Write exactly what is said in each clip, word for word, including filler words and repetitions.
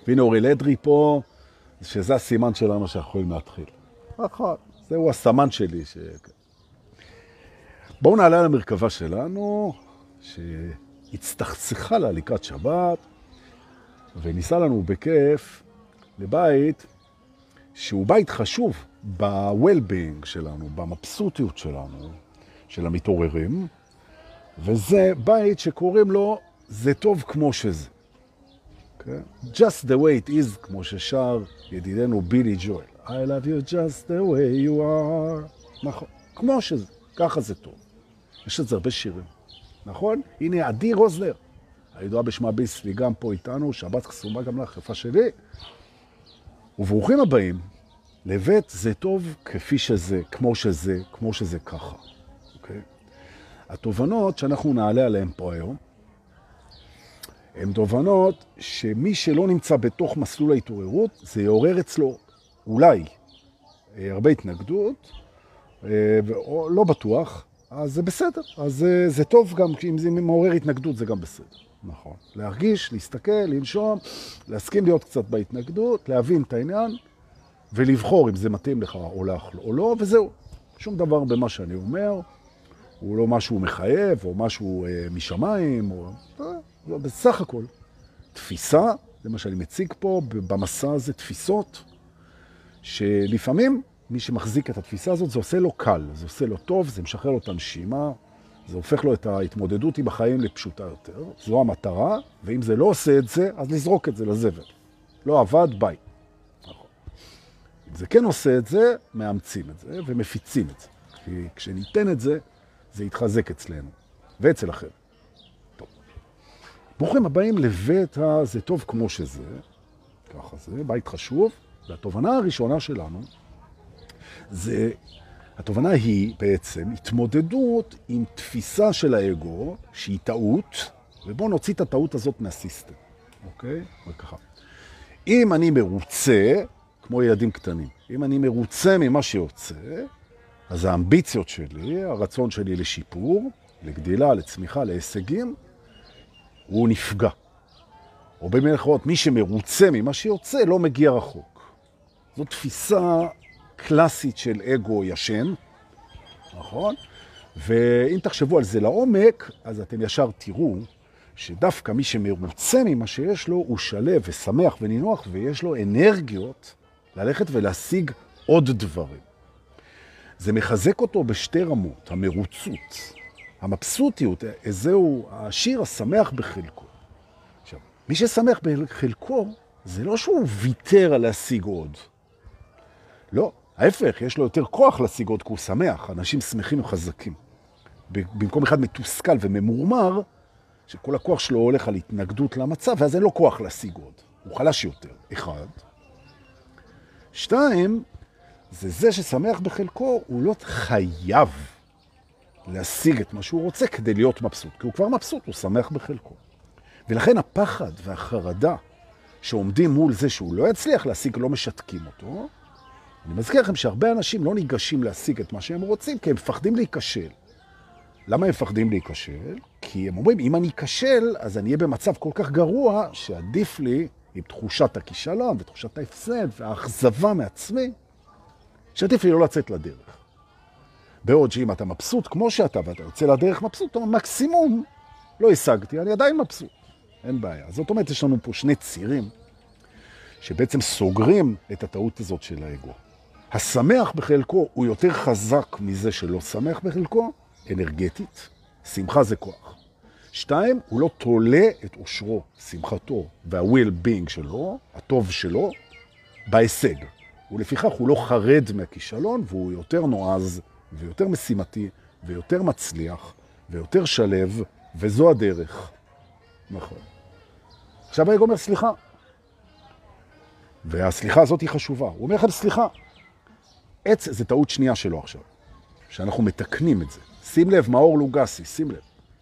והנה אוריאל אדרי פה, שזה הסימן שלנו שאנחנו יכולים להתחיל. נכון, זהו הסמן שלי. ש... בואו נעלה על המרכבה שלנו, שהצטחצחה לה לקראת שבת, וניסה לנו בכיף לבית שהוא בית חשוב ב-well-being שלנו, במבסוטיות שלנו, של המתעוררים, וזה בית שקוראים לו זה טוב כמו שזה. Okay? Just the way it is, כמו ששר ידידנו בילי ג'ואל. I love you just the way you are. נכון, כמו שזה, ככה זה טוב. יש את זה הרבה שירים, נכון? הנה עדי רוזלר, הידועה בשמה ביסלי, גם פה איתנו, שבת קסומה גם לחפה שלי. וברוכים הבאים לבית זה טוב כפי שזה, כמו שזה, כמו שזה ככה. אוקיי? התובנות שאנחנו נעלה עליהן פה היום, הן תובנות שמי שלא נמצא בתוך מסלול ההתעוררות, זה יעורר אצלו אולי הרבה התנגדות, או לא בטוח, אז זה בסדר. אז זה, זה טוב גם, אם זה מעורר התנגדות זה גם בסדר. נכון. להרגיש, להסתכל, לנשום, להסכים להיות קצת בהתנגדות, להבין את העניין, ולבחור אם זה מתאים לך או לך או לא, וזהו. שום דבר במה שאני אומר, הוא לא משהו מחייב, או משהו אה, משמיים, או... אה, בסך הכל. תפיסה, זה מה שאני מציג פה, במסע הזה תפיסות, שלפעמים מי שמחזיק את התפיסה הזאת, זה עושה לו קל, זה עושה לו טוב, זה משחרר לו את הנשימה, זה הופך לו את ההתמודדות עם החיים לפשוטה יותר. זו המטרה, ואם זה לא עושה את זה, אז לזרוק את זה לזבל. לא עבד, ביי. נכון. אם זה כן עושה את זה, מאמצים את זה ומפיצים את זה. כי כשניתן את זה, זה יתחזק אצלנו ואצל אחר. טוב. ברוכים הבאים לבית הזה טוב כמו שזה. ככה זה, בית חשוב. והתובנה הראשונה שלנו, זה, התובנה היא בעצם התמודדות עם תפיסה של האגו, שהיא טעות, ובואו נוציא את הטעות הזאת מהסיסטם. אוקיי? וככה. אם אני מרוצה, כמו ילדים קטנים, אם אני מרוצה ממה שיוצא, אז האמביציות שלי, הרצון שלי לשיפור, לגדילה, לצמיחה, להישגים, הוא נפגע. או במילים אחרות, מי שמרוצה ממה שיוצא לא מגיע רחוק. זו תפיסה קלאסית של אגו ישן, נכון? ואם תחשבו על זה לעומק, אז אתם ישר תראו שדווקא מי שמרוצה ממה שיש לו, הוא שלב ושמח ונינוח, ויש לו אנרגיות ללכת ולהשיג עוד דברים. זה מחזק אותו בשתי רמות, המרוצות, המבסוטיות, זהו השיר השמח בחלקו. עכשיו, מי ששמח בחלקו, זה לא שהוא ויתר על להשיג עוד. לא, ההפך, יש לו יותר כוח להשיג עוד, כי הוא שמח, אנשים שמחים וחזקים. במקום אחד מתוסכל וממורמר, שכל הכוח שלו הולך על התנגדות למצב, ואז אין לו כוח להשיג עוד. הוא חלש יותר, אחד. שתיים, זה זה ששמח בחלקו, הוא לא חייב להשיג את מה שהוא רוצה כדי להיות מבסוט. כי הוא כבר מבסוט, הוא שמח בחלקו. ולכן הפחד והחרדה שעומדים מול זה שהוא לא יצליח להשיג, לא משתקים אותו. אני מזכיר לכם שהרבה אנשים לא ניגשים להשיג את מה שהם רוצים, כי הם מפחדים להיכשל. למה הם מפחדים להיכשל? כי הם אומרים, אם אני אכשל, אז אני אהיה במצב כל כך גרוע, שעדיף לי עם תחושת הכישלון ותחושת ההפסד והאכזבה מעצמי, שעדיף לי לא לצאת לדרך. בעוד שאם אתה מבסוט כמו שאתה, ואתה יוצא לדרך מבסוט, מקסימום לא השגתי, אני עדיין מבסוט. אין בעיה. זאת אומרת, יש לנו פה שני צירים, שבעצם סוגרים את הטעות הזאת של האגו. השמח בחלקו הוא יותר חזק מזה שלא שמח בחלקו, אנרגטית, שמחה זה כוח. שתיים, הוא לא תולה את אושרו, שמחתו וה-well-being שלו, הטוב שלו, בהישג. ולפיכך הוא לא חרד מהכישלון, והוא יותר נועז ויותר משימתי ויותר מצליח ויותר שלב, וזו הדרך. נכון. עכשיו האגו אומר סליחה. והסליחה הזאת היא חשובה. הוא אומר לכם סליחה. עץ זה טעות שנייה שלו עכשיו. שאנחנו מתקנים את זה. שים לב, מאור לוגסי, שים לב.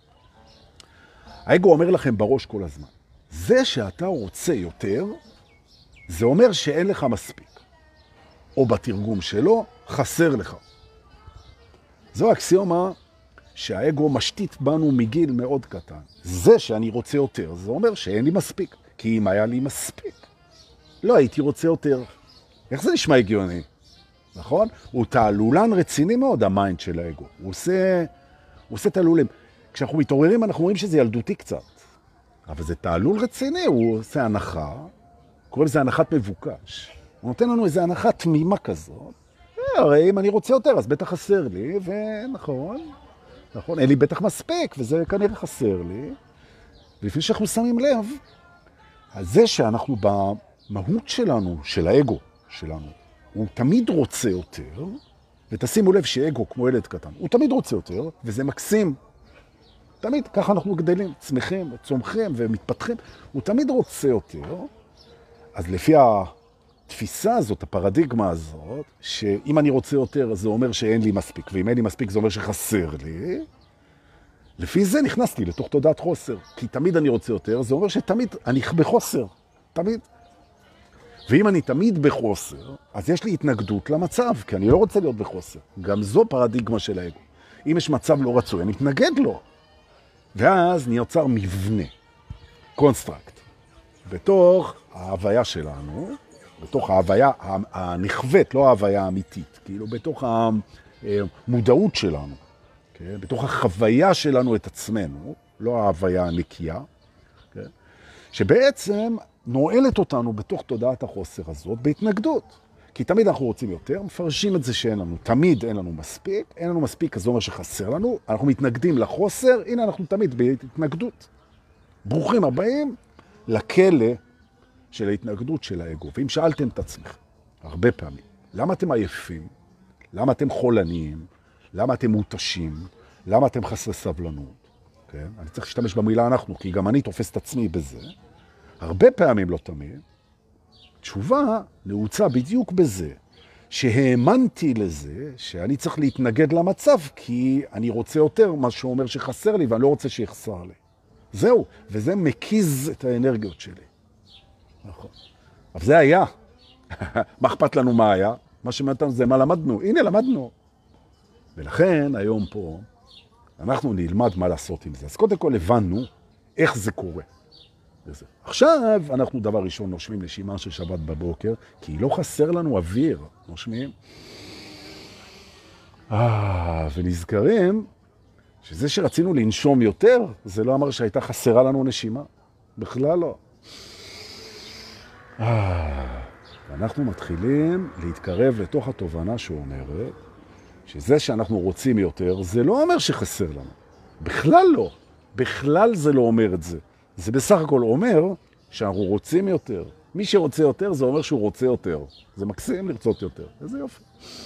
האגו אומר לכם בראש כל הזמן. זה שאתה רוצה יותר, זה אומר שאין לך מספיק. או בתרגום שלו, חסר לך. זו האקסיומה שהאגו משתית בנו מגיל מאוד קטן. זה שאני רוצה יותר, זה אומר שאין לי מספיק. כי אם היה לי מספיק, לא הייתי רוצה יותר. איך זה נשמע הגיוני? נכון? הוא תעלולן רציני מאוד, המיינד של האגו. הוא עושה, הוא עושה תעלולים. כשאנחנו מתעוררים, אנחנו רואים שזה ילדותי קצת. אבל זה תעלול רציני, הוא עושה הנחה, קוראים לזה הנחת מבוקש. הוא נותן לנו איזו הנחה תמימה כזאת. הרי אם אני רוצה יותר, אז בטח חסר לי, ונכון, נכון, אין לי בטח מספיק, וזה כנראה חסר לי. ולפני שאנחנו שמים לב, על זה שאנחנו במהות שלנו, של האגו שלנו, הוא תמיד רוצה יותר, ותשימו לב שאגו כמו ילד קטן, הוא תמיד רוצה יותר, וזה מקסים. תמיד, ככה אנחנו גדלים, צמחים, צומחים ומתפתחים, הוא תמיד רוצה יותר. אז לפי התפיסה הזאת, הפרדיגמה הזאת, שאם אני רוצה יותר, זה אומר שאין לי מספיק, ואם אין לי מספיק, זה אומר שחסר לי. לפי זה נכנסתי לתוך תודעת חוסר, כי תמיד אני רוצה יותר, זה אומר שתמיד אני בחוסר, תמיד. ואם אני תמיד בחוסר, אז יש לי התנגדות למצב, כי אני לא רוצה להיות בחוסר. גם זו פרדיגמה של האגו. אם יש מצב לא רצוי, אני מתנגד לו. ואז נוצר מבנה, קונסטרקט, בתוך ההוויה שלנו, בתוך ההוויה הנכוות, לא ההוויה האמיתית, כאילו בתוך המודעות שלנו, כן? בתוך החוויה שלנו את עצמנו, לא ההוויה הנקייה, כן? שבעצם נועלת אותנו בתוך תודעת החוסר הזאת בהתנגדות. כי תמיד אנחנו רוצים יותר, מפרשים את זה שאין לנו, תמיד אין לנו מספיק, אין לנו מספיק, אז זה אומר שחסר לנו, אנחנו מתנגדים לחוסר, הנה אנחנו תמיד בהתנגדות. ברוכים הבאים לכלא של ההתנגדות של האגו. ואם שאלתם את עצמכם, הרבה פעמים, למה אתם עייפים? למה אתם חולניים? למה אתם מותשים? למה אתם חסרי סבלנות? כן? אני צריך להשתמש במילה אנחנו, כי גם אני תופס את עצמי בזה. הרבה פעמים, לא תמיד, תשובה נעוצה בדיוק בזה, שהאמנתי לזה, שאני צריך להתנגד למצב, כי אני רוצה יותר, מה שאומר שחסר לי, ואני לא רוצה שיחסר לי. זהו, וזה מקיז את האנרגיות שלי. נכון. אבל זה היה. מה אכפת לנו מה היה? מה שמעטנו זה מה למדנו. הנה, למדנו. ולכן, היום פה, אנחנו נלמד מה לעשות עם זה. אז קודם כל הבנו איך זה קורה. וזה. עכשיו אנחנו דבר ראשון נושמים נשימה של שבת בבוקר, כי לא חסר לנו אוויר. נושמים. אה, ונזכרים שזה שרצינו לנשום יותר, זה לא אמר שהייתה חסרה לנו נשימה. בכלל לא. אה, ואנחנו מתחילים להתקרב לתוך התובנה שאומרת, שזה שאנחנו רוצים יותר, זה לא אומר שחסר לנו. בכלל לא. בכלל זה לא אומר את זה. זה בסך הכל אומר שאנחנו רוצים יותר. מי שרוצה יותר, זה אומר שהוא רוצה יותר. זה מקסים לרצות יותר. איזה יופי.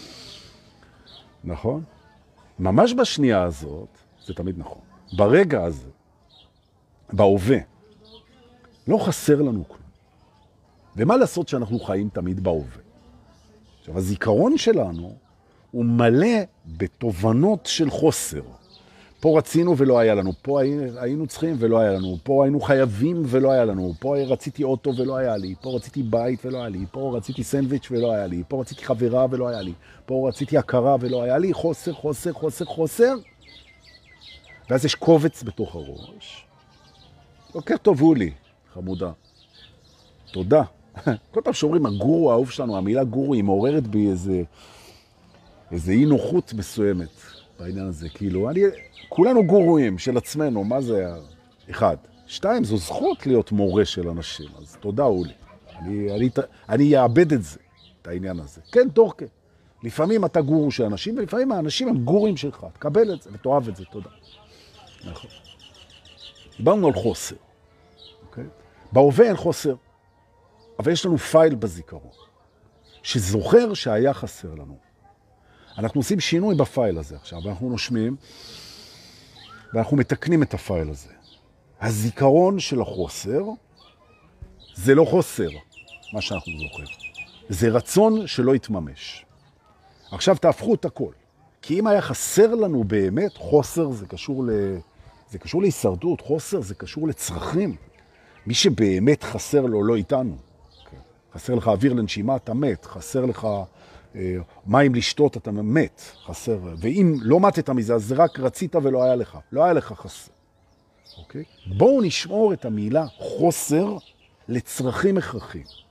נכון? ממש בשנייה הזאת, זה תמיד נכון. ברגע הזה, בהווה, לא חסר לנו כלום. ומה לעשות שאנחנו חיים תמיד בהווה? עכשיו, הזיכרון שלנו הוא מלא בתובנות של חוסר. פה רצינו ולא היה לנו, פה היינו צריכים ולא היה לנו, פה היינו חייבים ולא היה לנו, פה רציתי אוטו ולא היה לי, פה רציתי בית ולא היה לי, פה רציתי סנדוויץ' ולא היה לי, פה רציתי חברה ולא היה לי, פה רציתי הכרה ולא היה לי, חוסר, חוסר, חוסר, חוסר. ואז יש קובץ בתוך הראש. בוקר טוב אולי, חמודה. תודה. כל פעם שאומרים הגורו האהוב שלנו, המילה גורו היא מעוררת בי איזה, איזה אי נוחות מסוימת בעניין הזה. כאילו, אני, כולנו גורואים של עצמנו, מה זה? אחד. שתיים, זו זכות להיות מורה של אנשים, אז תודה אולי. אני, אני, אני אאבד את זה, את העניין הזה. כן, תורקה. לפעמים אתה גורו של אנשים, ולפעמים האנשים הם גורים שלך. תקבל את זה ותאהב את זה, תודה. נכון. דיברנו על חוסר. אוקיי? בהווה אין חוסר. אבל יש לנו פייל בזיכרון, שזוכר שהיה חסר לנו. אנחנו עושים שינוי בפייל הזה עכשיו, ואנחנו נושמים, ואנחנו מתקנים את הפייל הזה. הזיכרון של החוסר, זה לא חוסר, מה שאנחנו זוכר. זה רצון שלא יתממש. עכשיו תהפכו את הכל. כי אם היה חסר לנו באמת, חוסר זה קשור, ל... זה קשור להישרדות, חוסר זה קשור לצרכים. מי שבאמת חסר לו לא איתנו. חסר לך אוויר לנשימה, אתה מת. חסר לך אה, מים לשתות, אתה מת. חסר. ואם לא מתת מזה, אז זה רק רצית ולא היה לך. לא היה לך חסר. אוקיי? בואו נשמור את המילה חוסר לצרכים הכרחיים.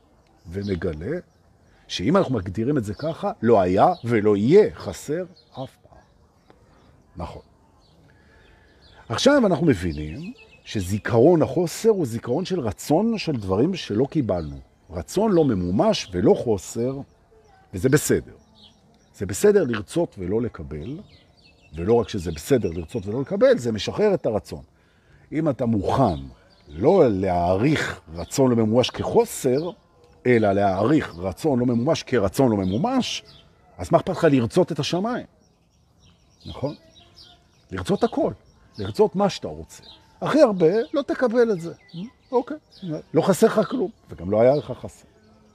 ונגלה שאם אנחנו מגדירים את זה ככה, לא היה ולא יהיה חסר אף פעם. נכון. עכשיו אנחנו מבינים שזיכרון החוסר הוא זיכרון של רצון של דברים שלא קיבלנו. רצון לא ממומש ולא חוסר, וזה בסדר. זה בסדר לרצות ולא לקבל, ולא רק שזה בסדר לרצות ולא לקבל, זה משחרר את הרצון. אם אתה מוכן לא להעריך רצון לא ממומש כחוסר, אלא להעריך רצון לא ממומש כרצון לא ממומש, אז מה אכפת לך לרצות את השמיים? נכון? לרצות הכל. לרצות מה שאתה רוצה. הכי הרבה לא תקבל את זה. אוקיי. לא חסר לך כלום, וגם לא היה לך חסר.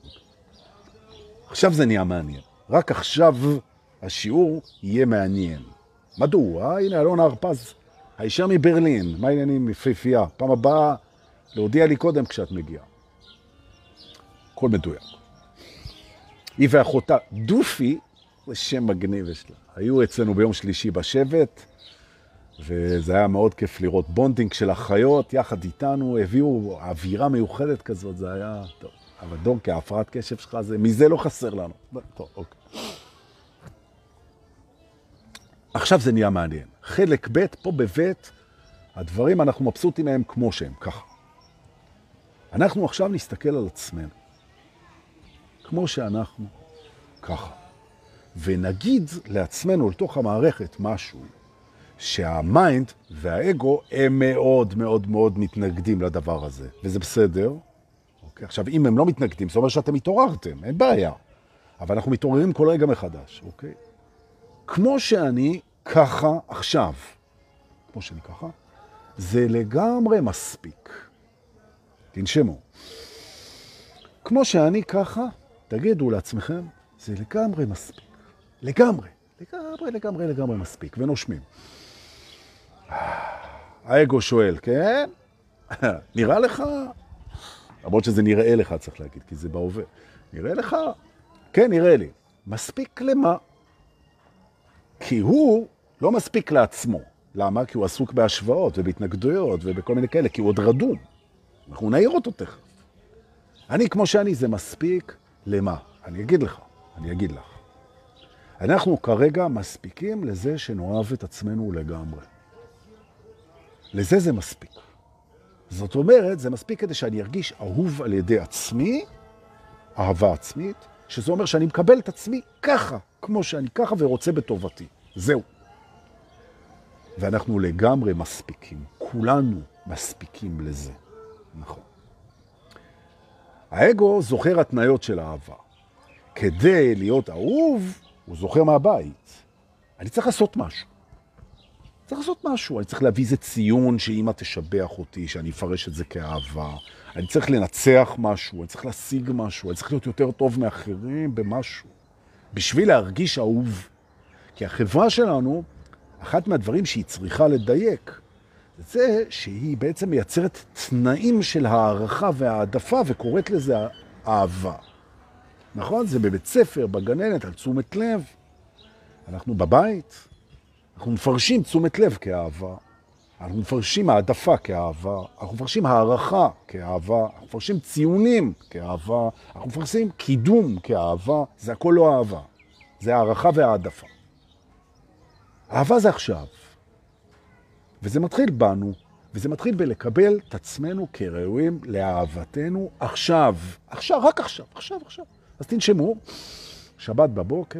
עכשיו זה נהיה מעניין. רק עכשיו השיעור יהיה מעניין. מדוע? הנה אלונה הרפז, הישר מברלין. מה העניינים מפהפייה? פעם הבאה להודיע לי קודם כשאת מגיעה. הכל מדויק. היא ואחותה דופי, זה שם מגניב יש לה. היו אצלנו ביום שלישי בשבט, וזה היה מאוד כיף לראות בונדינג של החיות, יחד איתנו, הביאו אווירה מיוחדת כזאת, זה היה טוב. אבל דונקי, ההפרעת קשב שלך, זה, מזה לא חסר לנו. טוב, אוקיי. עכשיו זה נהיה מעניין. חלק ב' פה בבית, הדברים אנחנו מבסוטים מהם כמו שהם, ככה. אנחנו עכשיו נסתכל על עצמנו. כמו שאנחנו, ככה. ונגיד לעצמנו לתוך המערכת משהו, שהמיינד והאגו הם מאוד מאוד מאוד מתנגדים לדבר הזה. וזה בסדר. אוקיי? עכשיו, אם הם לא מתנגדים, זאת אומרת שאתם התעוררתם, אין בעיה. אבל אנחנו מתעוררים כל רגע מחדש, אוקיי? כמו שאני ככה עכשיו, כמו שאני ככה, זה לגמרי מספיק. תנשמו. כמו שאני ככה, תגידו לעצמכם, זה לגמרי מספיק. לגמרי. לגמרי, לגמרי, לגמרי מספיק. ונושמים. האגו שואל, כן? נראה לך? למרות שזה נראה לך, צריך להגיד, כי זה בהווה. נראה לך? כן, נראה לי. מספיק למה? כי הוא לא מספיק לעצמו. למה? כי הוא עסוק בהשוואות ובהתנגדויות ובכל מיני כאלה, כי הוא עוד רדום. אנחנו נעיר אותו תכף. אני, כמו שאני, זה מספיק למה? אני אגיד לך, אני אגיד לך. אנחנו כרגע מספיקים לזה שנאהב את עצמנו לגמרי. לזה זה מספיק. זאת אומרת, זה מספיק כדי שאני ארגיש אהוב על ידי עצמי, אהבה עצמית, שזה אומר שאני מקבל את עצמי ככה, כמו שאני ככה ורוצה בטובתי. זהו. ואנחנו לגמרי מספיקים. כולנו מספיקים לזה. נכון. האגו זוכר התניות של האהבה. כדי להיות אהוב, הוא זוכר מהבית. אני צריך לעשות משהו. צריך לעשות משהו. אני צריך להביא איזה ציון שאמא תשבח אותי, שאני אפרש את זה כאהבה. אני צריך לנצח משהו, אני צריך להשיג משהו, אני צריך להיות יותר טוב מאחרים במשהו. בשביל להרגיש אהוב. כי החברה שלנו, אחת מהדברים שהיא צריכה לדייק, זה שהיא בעצם מייצרת תנאים של הערכה והעדפה, וקוראת לזה אהבה. נכון? זה בבית ספר, בגננת, על תשומת לב. אנחנו בבית, אנחנו מפרשים תשומת לב כאהבה. אנחנו מפרשים העדפה כאהבה. אנחנו מפרשים הערכה כאהבה. אנחנו מפרשים ציונים כאהבה. אנחנו מפרשים קידום כאהבה. זה הכל לא אהבה. זה הערכה והעדפה. אהבה זה עכשיו. וזה מתחיל בנו, וזה מתחיל בלקבל את עצמנו כראויים לאהבתנו עכשיו. עכשיו, רק עכשיו, עכשיו, עכשיו. אז תנשמו, שבת בבוקר,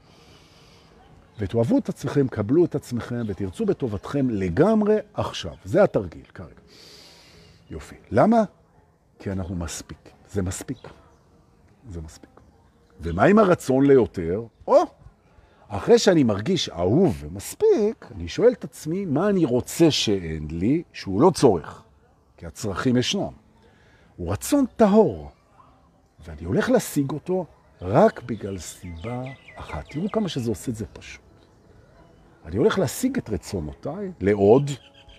ותאהבו את עצמכם, קבלו את עצמכם, ותרצו בטובתכם לגמרי עכשיו. זה התרגיל כרגע. יופי. למה? כי אנחנו מספיק. זה מספיק. זה מספיק. ומה עם הרצון ליותר? או, אחרי שאני מרגיש אהוב ומספיק, אני שואל את עצמי מה אני רוצה שאין לי, שהוא לא צורך. כי הצרכים ישנם. הוא רצון טהור. ואני הולך להשיג אותו רק בגלל סיבה אחת. תראו כמה שזה עושה את זה פשוט. אני הולך להשיג את רצונותיי לעוד,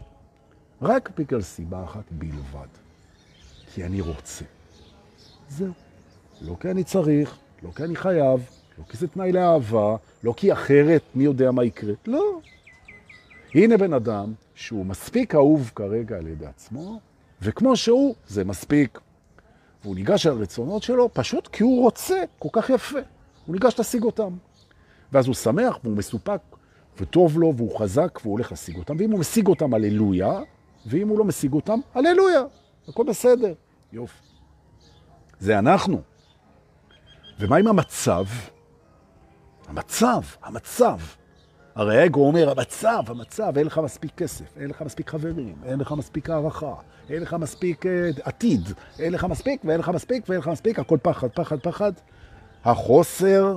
רק בגלל סיבה אחת בלבד. כי אני רוצה. זהו. לא כי אני צריך, לא כי אני חייב, לא כי זה תנאי לאהבה, לא כי אחרת מי יודע מה יקרה. לא. הנה בן אדם שהוא מספיק אהוב כרגע על ידי עצמו, וכמו שהוא, זה מספיק. והוא ניגש על רצונות שלו, פשוט כי הוא רוצה כל כך יפה. הוא ניגש להשיג אותם. ואז הוא שמח, והוא מסופק, וטוב לו, והוא חזק, והוא הולך להשיג אותם. ואם הוא משיג אותם, הללויה, ואם הוא לא משיג אותם, הללויה. הכל בסדר. יופי. זה אנחנו. ומה עם המצב? המצב, המצב. הרי האגו אומר, המצב, המצב, אין לך מספיק כסף, אין לך מספיק חברים, אין לך מספיק הערכה, אין לך מספיק uh, עתיד, אין לך מספיק ואין לך מספיק ואין לך מספיק, הכל פחד, פחד, פחד. החוסר,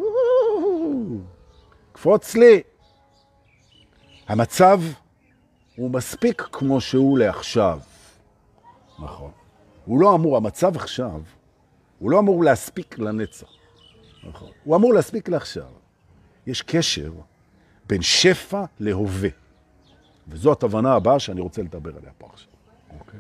קפוץ לי. המצב הוא מספיק כמו שהוא לעכשיו. נכון. הוא לא אמור, המצב עכשיו, הוא לא אמור להספיק לנצח. נכון. הוא אמור להספיק לעכשיו. יש קשר בין שפע להווה. וזו התובנה הבאה שאני רוצה לדבר עליה פה עכשיו. אוקיי?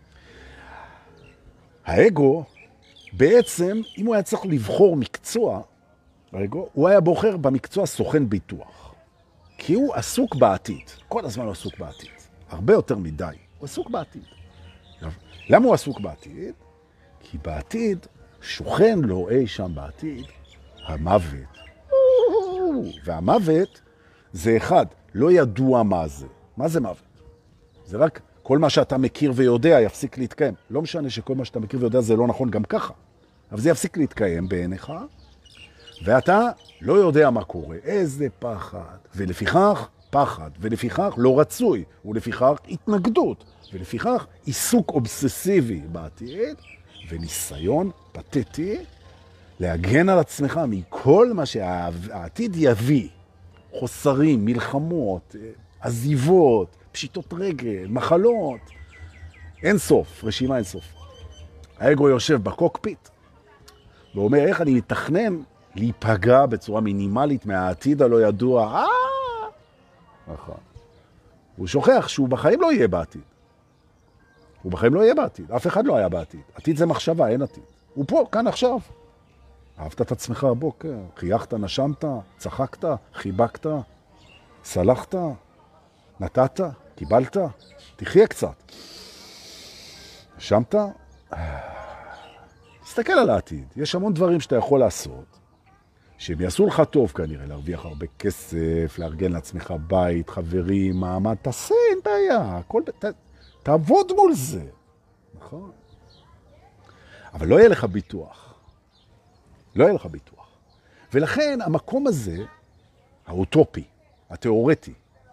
האגו, בעצם, אם הוא היה צריך לבחור מקצוע, האגו, הוא היה בוחר במקצוע סוכן ביטוח. כי הוא עסוק בעתיד. כל הזמן הוא עסוק בעתיד. הרבה יותר מדי. הוא עסוק בעתיד. למה הוא עסוק בעתיד? כי בעתיד, שוכן לו אי שם בעתיד, המוות. והמוות זה אחד, לא ידוע מה זה. מה זה מוות? זה רק כל מה שאתה מכיר ויודע יפסיק להתקיים. לא משנה שכל מה שאתה מכיר ויודע זה לא נכון גם ככה. אבל זה יפסיק להתקיים בעיניך, ואתה לא יודע מה קורה. איזה פחד. ולפיכך פחד, ולפיכך לא רצוי, ולפיכך התנגדות, ולפיכך עיסוק אובססיבי בעתיד, וניסיון פתטי להגן על עצמך מכל מה שהעתיד יביא. חוסרים, מלחמות, עזיבות, פשיטות רגל, מחלות. אין סוף, רשימה אין סוף. האגו יושב בקוקפיט, ואומר, איך אני מתכנן להיפגע בצורה מינימלית מהעתיד הלא ידוע. אה! נכון. הוא שוכח שהוא בחיים לא יהיה בעתיד. הוא בחיים לא יהיה בעתיד. אף אחד לא היה בעתיד. עתיד זה מחשבה, אין עתיד. הוא פה, כאן עכשיו. אהבת את עצמך הבוקר, חייכת, נשמת, צחקת, חיבקת, סלחת, נתת, קיבלת, תחיה קצת. נשמת, תסתכל על העתיד. יש המון דברים שאתה יכול לעשות, שהם יעשו לך טוב כנראה, להרוויח הרבה כסף, לארגן לעצמך בית, חברים, מעמד, תעשה, אין בעיה, הכל, ת, תעבוד מול זה, נכון? אבל לא יהיה לך ביטוח. לא יהיה לך ביטוח. ולכן המקום הזה, האוטופי, התיאורטי,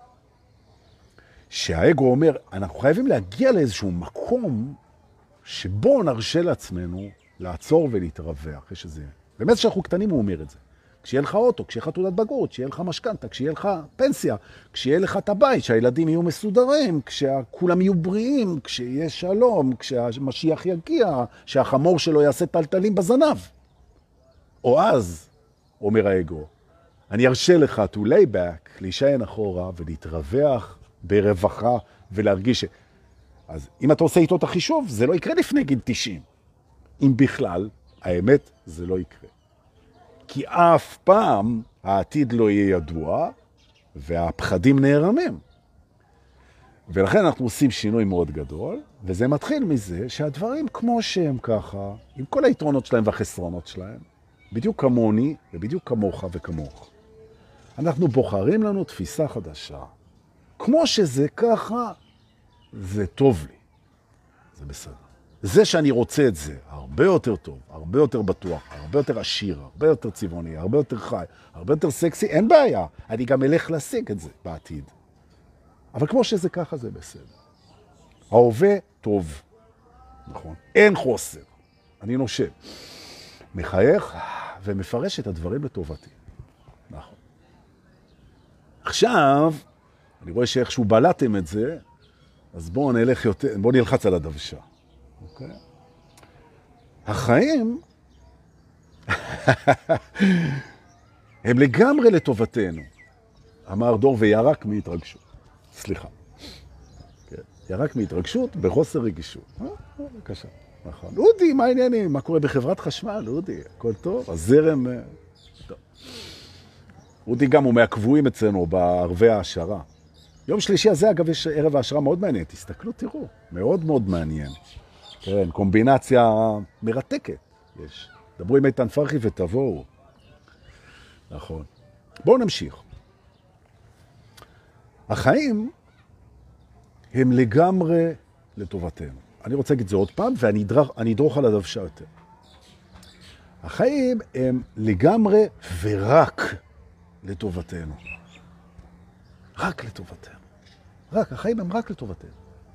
שהאגו אומר, אנחנו חייבים להגיע לאיזשהו מקום שבו נרשה לעצמנו לעצור ולהתרווח. יש איזה... באמת שאנחנו קטנים הוא אומר את זה. כשיהיה לך אוטו, כשיהיה לך תעודת בגרות, כשיהיה לך משכנתה, כשיהיה לך פנסיה, כשיהיה לך את הבית, שהילדים יהיו מסודרים, כשכולם יהיו בריאים, כשיהיה שלום, כשהמשיח יגיע, שהחמור שלו יעשה טלטלים בזנב. או אז, אומר האגו, אני ארשה לך to lay back, להישען אחורה ולהתרווח ברווחה ולהרגיש ש... אז אם אתה עושה איתו את החישוב, זה לא יקרה לפני גיל תשעים. אם בכלל, האמת, זה לא יקרה. כי אף פעם העתיד לא יהיה ידוע, והפחדים נערמים. ולכן אנחנו עושים שינוי מאוד גדול, וזה מתחיל מזה שהדברים כמו שהם ככה, עם כל היתרונות שלהם והחסרונות שלהם, בדיוק כמוני ובדיוק כמוך וכמוך. אנחנו בוחרים לנו תפיסה חדשה. כמו שזה ככה, זה טוב לי. זה בסדר. זה שאני רוצה את זה, הרבה יותר טוב, הרבה יותר בטוח, הרבה יותר עשיר, הרבה יותר צבעוני, הרבה יותר חי, הרבה יותר סקסי, אין בעיה. אני גם אלך להשיג את זה בעתיד. אבל כמו שזה ככה, זה בסדר. ההווה טוב. נכון. אין חוסר. אני נושב. מחייך ומפרש את הדברים לטובתי. נכון. עכשיו, אני רואה שאיכשהו בלעתם את זה, אז בואו נלך יותר, בואו נלחץ על הדוושה. אוקיי? החיים הם לגמרי לטובתנו. אמר דור וירק מהתרגשות. סליחה. כן. ירק מהתרגשות בחוסר רגישות. אה, בבקשה. נכון. אודי, מה העניינים? מה קורה בחברת חשמל? אודי, הכל טוב? הזרם... טוב. אודי גם הוא מהקבועים אצלנו בערבי ההשערה. יום שלישי הזה, אגב, יש ערב ההשערה מאוד מעניין. תסתכלו, תראו. מאוד מאוד מעניין. כן, קומבינציה מרתקת יש. דברו עם איתן פרחי ותבואו. נכון. בואו נמשיך. החיים הם לגמרי לטובתנו. אני רוצה להגיד את זה עוד פעם, ואני אדרוך, אני אדרוך על הדוושה יותר. החיים הם לגמרי ורק לטובתנו. רק לטובתנו. רק, החיים הם רק לטובתנו.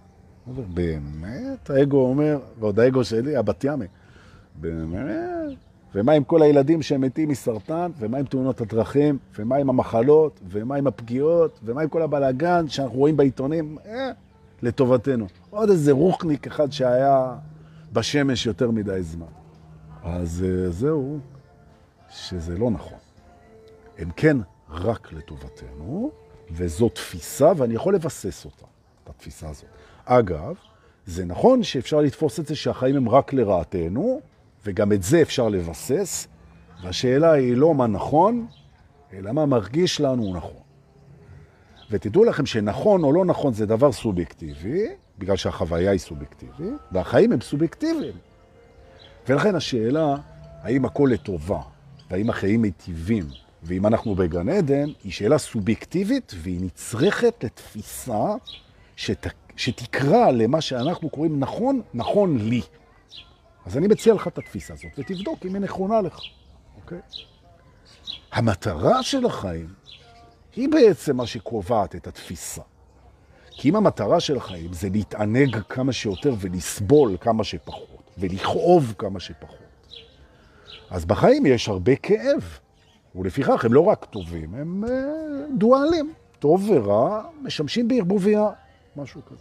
באמת, האגו אומר, ועוד האגו שלי, הבת ימי, באמת, ומה עם כל הילדים שהם מתים מסרטן, ומה עם תאונות הדרכים, ומה עם המחלות, ומה עם הפגיעות, ומה עם כל הבלגן שאנחנו רואים בעיתונים, אה, לטובתנו. עוד איזה רוחניק אחד שהיה בשמש יותר מדי זמן. אז זהו, שזה לא נכון. הם כן רק לטובתנו, וזו תפיסה, ואני יכול לבסס אותה, את התפיסה הזאת. אגב, זה נכון שאפשר לתפוס את זה שהחיים הם רק לרעתנו, וגם את זה אפשר לבסס, והשאלה היא לא מה נכון, אלא מה מרגיש לנו נכון. ותדעו לכם שנכון או לא נכון זה דבר סובייקטיבי, בגלל שהחוויה היא סובייקטיבית, והחיים הם סובייקטיביים. ולכן השאלה, האם הכל לטובה, והאם החיים מיטיבים, ואם אנחנו בגן עדן, היא שאלה סובייקטיבית, והיא נצרכת לתפיסה שת, שתקרא למה שאנחנו קוראים נכון, נכון לי. אז אני מציע לך את התפיסה הזאת, ותבדוק אם היא נכונה לך. אוקיי? המטרה של החיים היא בעצם מה שקובעת את התפיסה. כי אם המטרה של החיים זה להתענג כמה שיותר ולסבול כמה שפחות, ולכאוב כמה שפחות, אז בחיים יש הרבה כאב. ולפיכך הם לא רק טובים, הם uh, דואלים. טוב ורע משמשים בערבוביה, משהו כזה.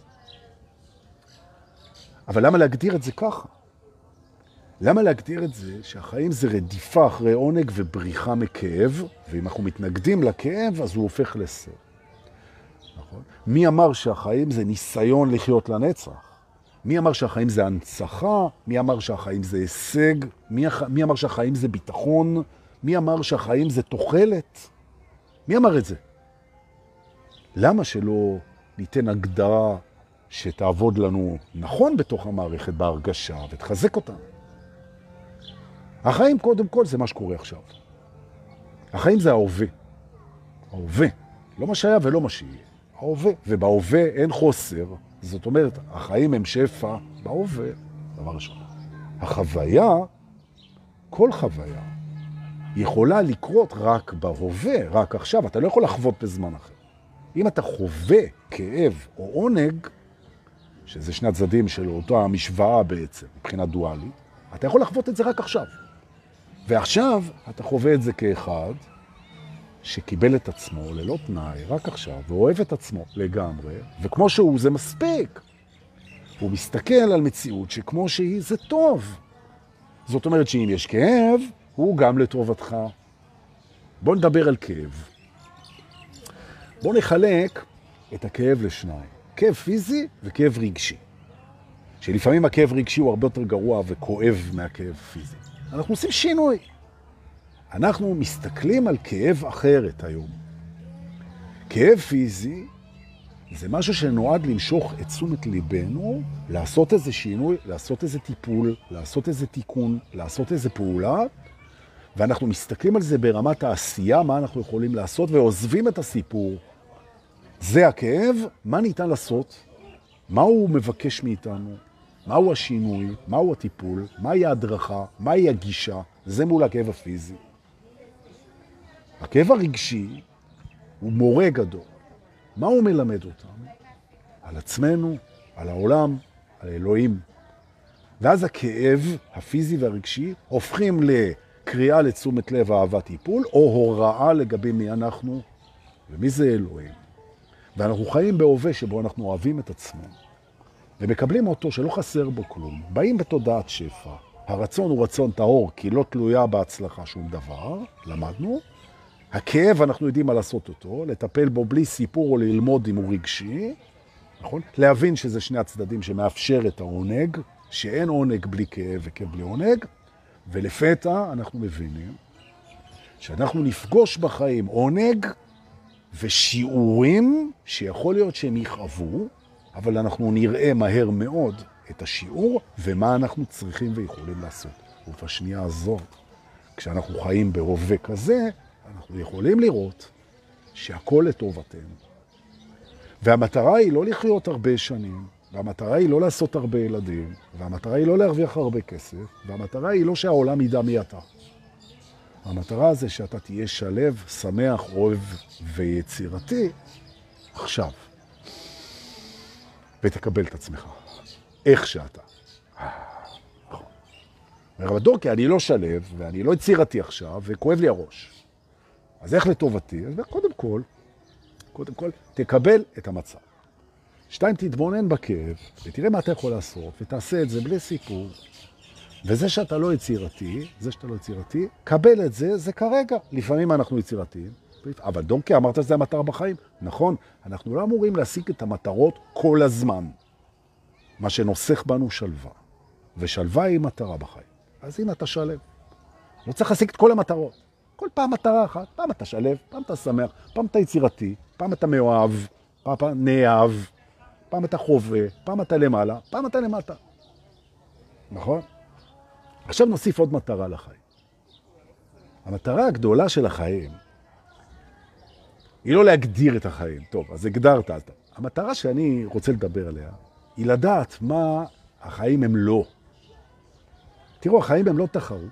אבל למה להגדיר את זה ככה? למה להגדיר את זה שהחיים זה רדיפה אחרי עונג ובריחה מכאב, ואם אנחנו מתנגדים לכאב, אז הוא הופך לסר. נכון? מי אמר שהחיים זה ניסיון לחיות לנצח? מי אמר שהחיים זה הנצחה? מי אמר שהחיים זה הישג? מי, מי אמר שהחיים זה ביטחון? מי אמר שהחיים זה תוחלת? מי אמר את זה? למה שלא ניתן הגדרה שתעבוד לנו נכון בתוך המערכת בהרגשה ותחזק אותנו? החיים קודם כל זה מה שקורה עכשיו. החיים זה ההווה. ההווה. לא מה שהיה ולא מה שיהיה. ההווה. ובהווה אין חוסר. זאת אומרת, החיים הם שפע בהווה. דבר ראשון. החוויה, כל חוויה, יכולה לקרות רק בהווה, רק עכשיו. אתה לא יכול לחוות בזמן אחר. אם אתה חווה כאב או עונג, שזה שני הצדדים של אותו המשוואה בעצם, מבחינה דואלית, אתה יכול לחוות את זה רק עכשיו. ועכשיו אתה חווה את זה כאחד שקיבל את עצמו ללא תנאי, רק עכשיו, ואוהב את עצמו לגמרי, וכמו שהוא זה מספיק. הוא מסתכל על מציאות שכמו שהיא זה טוב. זאת אומרת שאם יש כאב, הוא גם לטובתך. בוא נדבר על כאב. בוא נחלק את הכאב לשניים. כאב פיזי וכאב רגשי. שלפעמים הכאב רגשי הוא הרבה יותר גרוע וכואב מהכאב פיזי. אנחנו עושים שינוי. אנחנו מסתכלים על כאב אחרת היום. כאב פיזי זה משהו שנועד למשוך את תשומת ליבנו, לעשות איזה שינוי, לעשות איזה טיפול, לעשות איזה תיקון, לעשות איזה פעולה, ואנחנו מסתכלים על זה ברמת העשייה, מה אנחנו יכולים לעשות, ועוזבים את הסיפור. זה הכאב, מה ניתן לעשות? מה הוא מבקש מאיתנו? מהו השינוי? מהו הטיפול? מהי ההדרכה? מהי הגישה? זה מול הכאב הפיזי. הכאב הרגשי הוא מורה גדול. מה הוא מלמד אותנו? על עצמנו, על העולם, על אלוהים. ואז הכאב הפיזי והרגשי הופכים לקריאה לתשומת לב אהבת טיפול, או הוראה לגבי מי אנחנו ומי זה אלוהים. ואנחנו חיים בהווה שבו אנחנו אוהבים את עצמנו. ומקבלים אותו שלא חסר בו כלום. באים בתודעת שפע. הרצון הוא רצון טהור, כי לא תלויה בהצלחה שום דבר. למדנו. הכאב אנחנו יודעים מה לעשות אותו, לטפל בו בלי סיפור או ללמוד אם הוא רגשי. נכון? להבין שזה שני הצדדים שמאפשר את העונג, שאין עונג בלי כאב וכאב בלי עונג. ולפתע אנחנו מבינים שאנחנו נפגוש בחיים עונג ושיעורים שיכול להיות שהם יכאבו, אבל אנחנו נראה מהר מאוד את השיעור ומה אנחנו צריכים ויכולים לעשות. ובשנייה הזאת, כשאנחנו חיים בהווה כזה, אנחנו יכולים לראות שהכל לטובתנו. והמטרה היא לא לחיות הרבה שנים, והמטרה היא לא לעשות הרבה ילדים, והמטרה היא לא להרוויח הרבה כסף, והמטרה היא לא שהעולם ידע מי אתה. המטרה זה שאתה תהיה שלב, שמח, אוהב ויצירתי עכשיו. ותקבל את עצמך. איך שאתה. נכון. אבל דורקי, אני לא שלב, ואני לא יצירתי עכשיו, וכואב לי הראש. אז איך לטובתי? אז קודם כל, קודם כל, תקבל את המצב. שתיים, תתבונן בכאב, ותראה מה אתה יכול לעשות, ותעשה את זה בלי סיפור. וזה שאתה לא יצירתי, זה שאתה לא יצירתי, קבל את זה, זה כרגע. לפעמים אנחנו יצירתיים, אבל דורקי, אמרת שזה המטרה בחיים. נכון, אנחנו לא אמורים להשיג את המטרות כל הזמן. מה שנוסח בנו שלווה. ושלווה היא מטרה בחיים. אז הנה אתה שלב. לא צריך להשיג את כל המטרות. כל פעם מטרה אחת, פעם אתה שלב, פעם אתה שמח, פעם אתה יצירתי, פעם אתה מאוהב, פעם אתה נאהב, פעם אתה חווה, פעם אתה למעלה, פעם אתה למטה. נכון? עכשיו נוסיף עוד מטרה לחיים. המטרה הגדולה של החיים היא לא להגדיר את החיים. טוב, אז הגדרת. אז המטרה שאני רוצה לדבר עליה היא לדעת מה החיים הם לא. תראו, החיים הם לא תחרות.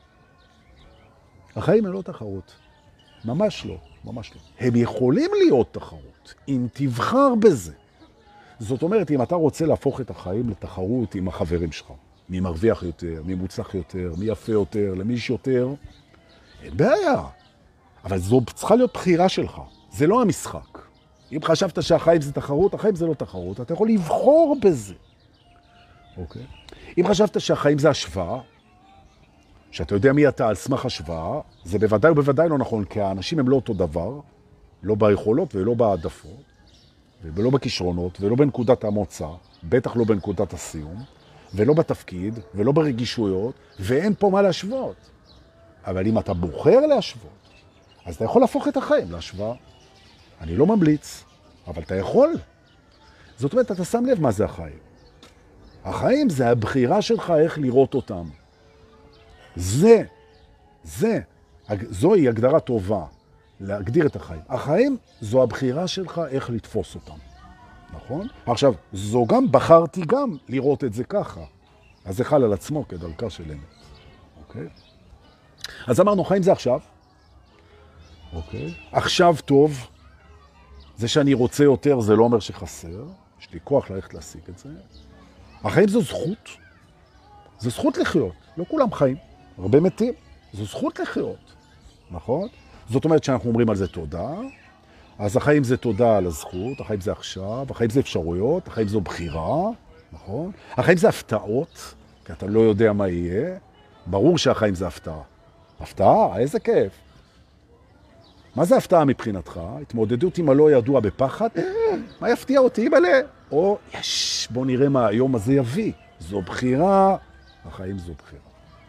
החיים הם לא תחרות. ממש לא, ממש לא. הם יכולים להיות תחרות, אם תבחר בזה. זאת אומרת, אם אתה רוצה להפוך את החיים לתחרות עם החברים שלך, מי מרוויח יותר, מי מוצלח יותר, מי יפה יותר, למי יש יותר, אין בעיה. אבל זו צריכה להיות בחירה שלך. זה לא המשחק. אם חשבת שהחיים זה תחרות, החיים זה לא תחרות, אתה יכול לבחור בזה. אוקיי? אם חשבת שהחיים זה השוואה, שאתה יודע מי אתה על סמך השוואה, זה בוודאי ובוודאי לא נכון, כי האנשים הם לא אותו דבר, לא ביכולות ולא בעדפות, ולא בכישרונות, ולא בנקודת המוצא, בטח לא בנקודת הסיום, ולא בתפקיד, ולא ברגישויות, ואין פה מה להשוות. אבל אם אתה בוחר להשוות, אז אתה יכול להפוך את החיים להשוואה. אני לא ממליץ, אבל אתה יכול. זאת אומרת, אתה שם לב מה זה החיים. החיים זה הבחירה שלך איך לראות אותם. זה, זה, זוהי הגדרה טובה, להגדיר את החיים. החיים זו הבחירה שלך איך לתפוס אותם. נכון? עכשיו, זו גם, בחרתי גם לראות את זה ככה. אז זה חל על עצמו כדרכה של אמת. אוקיי? אז אמרנו, חיים זה עכשיו. אוקיי? עכשיו טוב. זה שאני רוצה יותר, זה לא אומר שחסר. יש לי כוח ללכת להשיג את זה. החיים זו זכות. זו זכות לחיות. לא כולם חיים. הרבה מתים. זו זכות לחיות. נכון? זאת אומרת שאנחנו אומרים על זה תודה. אז החיים זה תודה על הזכות, החיים זה עכשיו, החיים זה אפשרויות, החיים זו בחירה, נכון? החיים זה הפתעות, כי אתה לא יודע מה יהיה. ברור שהחיים זה הפתעה. הפתעה? איזה כיף. מה זה הפתעה מבחינתך? התמודדות עם הלא ידוע בפחד? מה יפתיע אותי מלא? או, יש, בוא נראה מה היום הזה יביא. זו בחירה, החיים זו בחירה.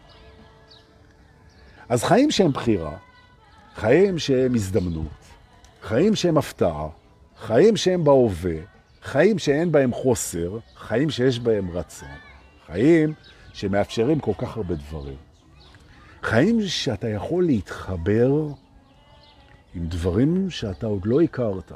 אז חיים שהם בחירה, חיים שהם הזדמנות, חיים שהם הפתעה, חיים שהם בהווה, חיים שאין בהם חוסר, חיים שיש בהם רצון, חיים שמאפשרים כל כך הרבה דברים. חיים שאתה יכול להתחבר עם דברים שאתה עוד לא הכרת.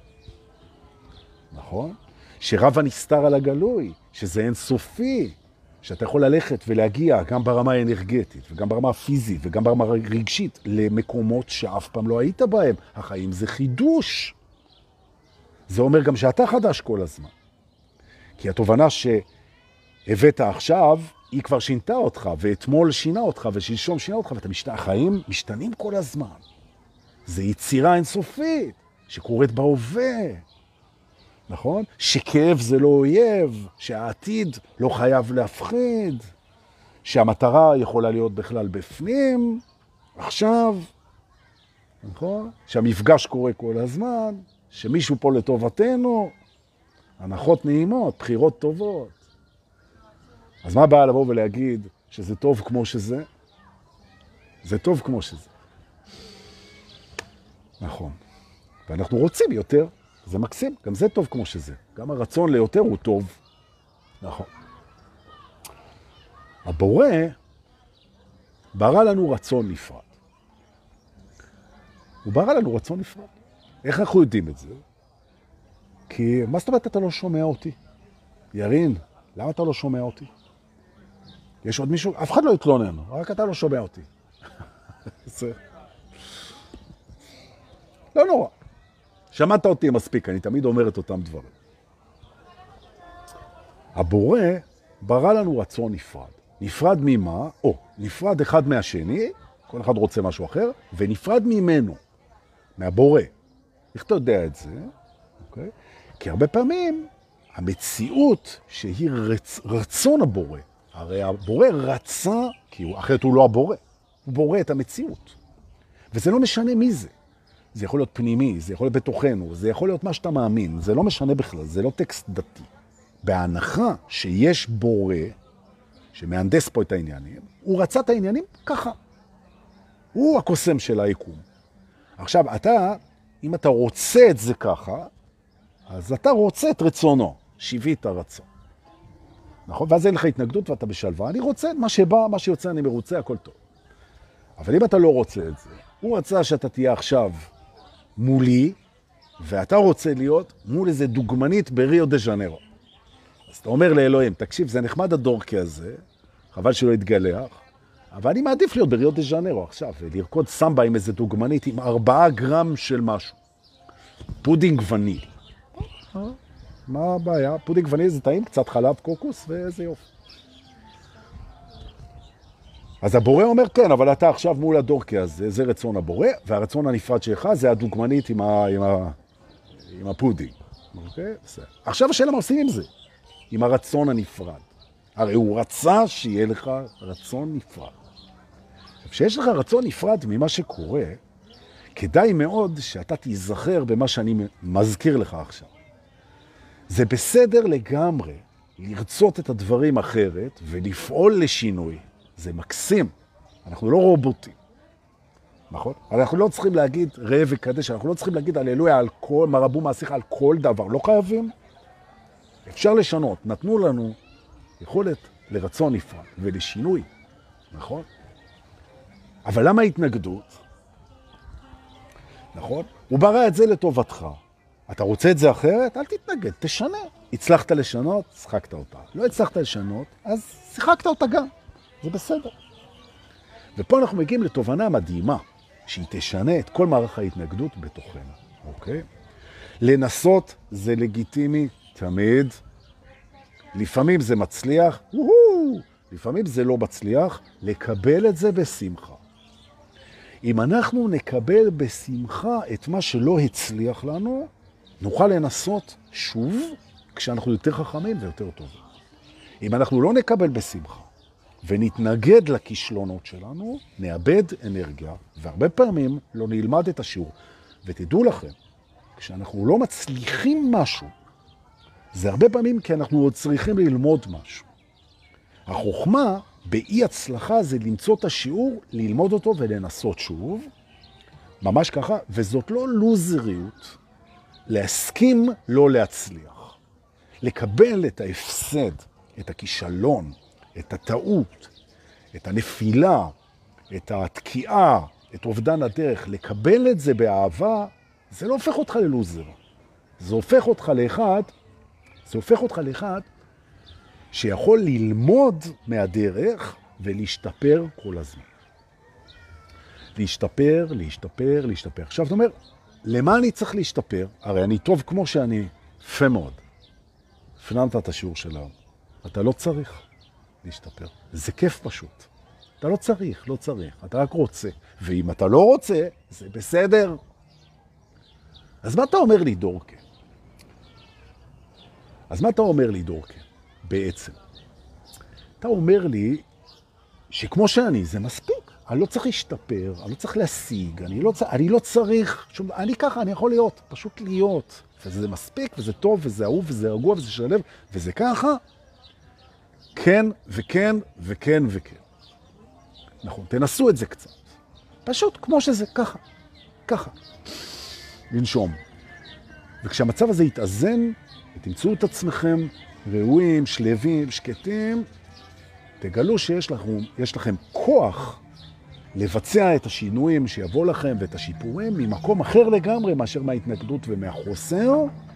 נכון? שרב הנסתר על הגלוי, שזה אינסופי, שאתה יכול ללכת ולהגיע גם ברמה האנרגטית, וגם ברמה הפיזית, וגם ברמה הרגשית, למקומות שאף פעם לא היית בהם. החיים זה חידוש. זה אומר גם שאתה חדש כל הזמן. כי התובנה שהבאת עכשיו, היא כבר שינתה אותך, ואתמול שינה אותך, ושלשום שינה אותך, ואתה משת... החיים משתנים כל הזמן. זה יצירה אינסופית, שקורית בהווה. נכון? שכאב זה לא אויב, שהעתיד לא חייב להפחיד, שהמטרה יכולה להיות בכלל בפנים, עכשיו, נכון? שהמפגש קורה כל הזמן, שמישהו פה לטובתנו, הנחות נעימות, בחירות טובות. אז מה בא לבוא ולהגיד שזה טוב כמו שזה? זה טוב כמו שזה. נכון. ואנחנו רוצים יותר. זה מקסים, גם זה טוב כמו שזה. גם הרצון ליותר הוא טוב. נכון. הבורא ברא לנו רצון נפרד. הוא ברא לנו רצון נפרד. איך אנחנו יודעים את זה? כי מה זאת אומרת אתה לא שומע אותי? ירין, למה אתה לא שומע אותי? יש עוד מישהו? אף אחד לא יתלונן, רק אתה לא שומע אותי. זה... לא נורא. שמעת אותי מספיק, אני תמיד אומר את אותם דברים. הבורא ברא לנו רצון נפרד. נפרד ממה? או, נפרד אחד מהשני, כל אחד רוצה משהו אחר, ונפרד ממנו, מהבורא. איך אתה יודע את זה? אוקיי? כי הרבה פעמים המציאות שהיא רצ... רצון הבורא, הרי הבורא רצה, כי הוא, אחרת הוא לא הבורא, הוא בורא את המציאות. וזה לא משנה מי זה. זה יכול להיות פנימי, זה יכול להיות בתוכנו, זה יכול להיות מה שאתה מאמין, זה לא משנה בכלל, זה לא טקסט דתי. בהנחה שיש בורא, שמהנדס פה את העניינים, הוא רצה את העניינים ככה. הוא הקוסם של היקום. עכשיו, אתה, אם אתה רוצה את זה ככה, אז אתה רוצה את רצונו, שיבית הרצון. נכון? ואז אין לך התנגדות ואתה בשלווה. אני רוצה את מה שבא, מה שיוצא, אני מרוצה, הכל טוב. אבל אם אתה לא רוצה את זה, הוא רצה שאתה תהיה עכשיו מולי, ואתה רוצה להיות מול איזה דוגמנית בריו דה ז'נרו. אז אתה אומר לאלוהים, תקשיב, זה נחמד הדורקי הזה, חבל שלא יתגלח, אבל אני מעדיף להיות בריו דה ז'נרו עכשיו, ולרקוד סמבה עם איזה דוגמנית עם ארבעה גרם של משהו. פודינג וניל. מה הבעיה? פודינג וניל זה טעים, קצת חלב קוקוס, ואיזה יופי. אז הבורא אומר, כן, אבל אתה עכשיו מול הדורקי הזה, זה רצון הבורא, והרצון הנפרד שלך זה הדוגמנית עם, ה, עם, ה, עם הפודינג. אוקיי? בסדר. עכשיו השאלה מה עושים עם זה? עם הרצון הנפרד. הרי הוא רצה שיהיה לך רצון נפרד. כשיש לך רצון נפרד ממה שקורה, כדאי מאוד שאתה תיזכר במה שאני מזכיר לך עכשיו. זה בסדר לגמרי לרצות את הדברים אחרת ולפעול לשינוי. זה מקסים. אנחנו לא רובוטים. נכון? אנחנו לא צריכים להגיד ראה וקדש, אנחנו לא צריכים להגיד הללויה על כל, מרבו מעשיך על כל דבר. לא חייבים. אפשר לשנות. נתנו לנו יכולת לרצון נפרד ולשינוי. נכון? אבל למה התנגדות? נכון? הוא ברא את זה לטובתך. אתה רוצה את זה אחרת? אל תתנגד, תשנה. הצלחת לשנות, שחקת אותה. לא הצלחת לשנות, אז שיחקת אותה גם. זה בסדר. ופה אנחנו מגיעים לתובנה מדהימה, שהיא תשנה את כל מערך ההתנגדות בתוכנו. אוקיי? לנסות זה לגיטימי תמיד. לפעמים זה מצליח, וואו! לפעמים זה לא מצליח, לקבל את זה בשמחה. אם אנחנו נקבל בשמחה את מה שלא הצליח לנו, נוכל לנסות שוב כשאנחנו יותר חכמים ויותר טובים. אם אנחנו לא נקבל בשמחה ונתנגד לכישלונות שלנו, נאבד אנרגיה, והרבה פעמים לא נלמד את השיעור. ותדעו לכם, כשאנחנו לא מצליחים משהו, זה הרבה פעמים כי אנחנו עוד צריכים ללמוד משהו. החוכמה באי הצלחה זה למצוא את השיעור, ללמוד אותו ולנסות שוב, ממש ככה, וזאת לא לוזריות, להסכים לא להצליח. לקבל את ההפסד, את הכישלון, את הטעות, את הנפילה, את התקיעה, את אובדן הדרך, לקבל את זה באהבה, זה לא הופך אותך ללוזר. זה הופך אותך לאחד, זה הופך אותך לאחד שיכול ללמוד מהדרך ולהשתפר כל הזמן. להשתפר, להשתפר, להשתפר. עכשיו, אתה אומר, למה אני צריך להשתפר? הרי אני טוב כמו שאני, יפה מאוד. הפנמת את השיעור שלנו. אתה לא צריך להשתפר. זה כיף פשוט. אתה לא צריך, לא צריך. אתה רק רוצה. ואם אתה לא רוצה, זה בסדר. אז מה אתה אומר לי, דורקה? אז מה אתה אומר לי, דורקה? בעצם. אתה אומר לי שכמו שאני, זה מספיק. אני לא צריך להשתפר, אני לא צריך להשיג, אני לא, צ... אני לא צריך, שום... אני ככה, אני יכול להיות, פשוט להיות. וזה מספיק, וזה טוב, וזה אהוב, וזה רגוע, וזה שלב, וזה ככה. כן, וכן, וכן, וכן. נכון, תנסו את זה קצת. פשוט כמו שזה, ככה, ככה. לנשום. וכשהמצב הזה יתאזן, ותמצאו את עצמכם ראויים, שלבים, שקטים, תגלו שיש לכם, יש לכם כוח לבצע את השינויים שיבוא לכם ואת השיפורים ממקום אחר לגמרי מאשר מההתנגדות ומהחוסר,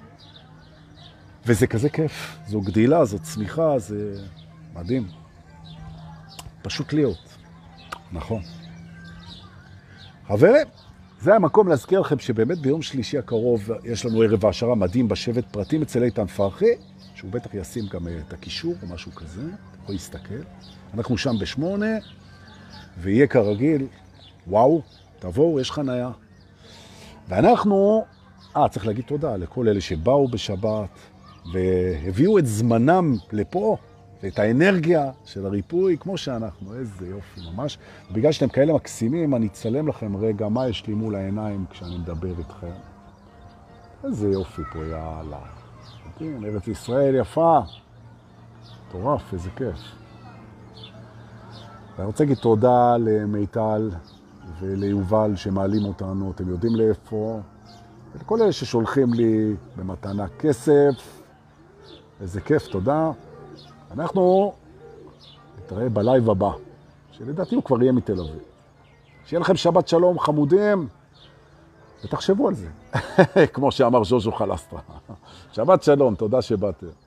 וזה כזה כיף. זו גדילה, זו צמיחה, זה מדהים. פשוט להיות. נכון. חברים, זה המקום להזכיר לכם שבאמת ביום שלישי הקרוב יש לנו ערב העשרה מדהים בשבט פרטים אצל איתן פרחי, שהוא בטח ישים גם את הקישור או משהו כזה, אתה יכול להסתכל. אנחנו שם בשמונה, ויהיה כרגיל, וואו, תבואו, יש חנייה. ואנחנו, אה, צריך להגיד תודה לכל אלה שבאו בשבת, והביאו את זמנם לפה, ואת האנרגיה של הריפוי, כמו שאנחנו, איזה יופי ממש. בגלל שאתם כאלה מקסימים, אני אצלם לכם רגע מה יש לי מול העיניים כשאני מדבר איתכם. איזה יופי פה, יאללה. כן, ארץ ישראל יפה. טורף, איזה כיף. ואני רוצה להגיד תודה למיטל וליובל שמעלים אותנו, אתם יודעים לאיפה. ולכל אלה ששולחים לי במתנה כסף. איזה כיף, תודה. אנחנו נתראה בלייב הבא, שלדעתי הוא כבר יהיה מתל אביב. שיהיה לכם שבת שלום חמודים, ותחשבו על זה, כמו שאמר ז'וז'ו חלסטרה. שבת שלום, תודה שבאתם.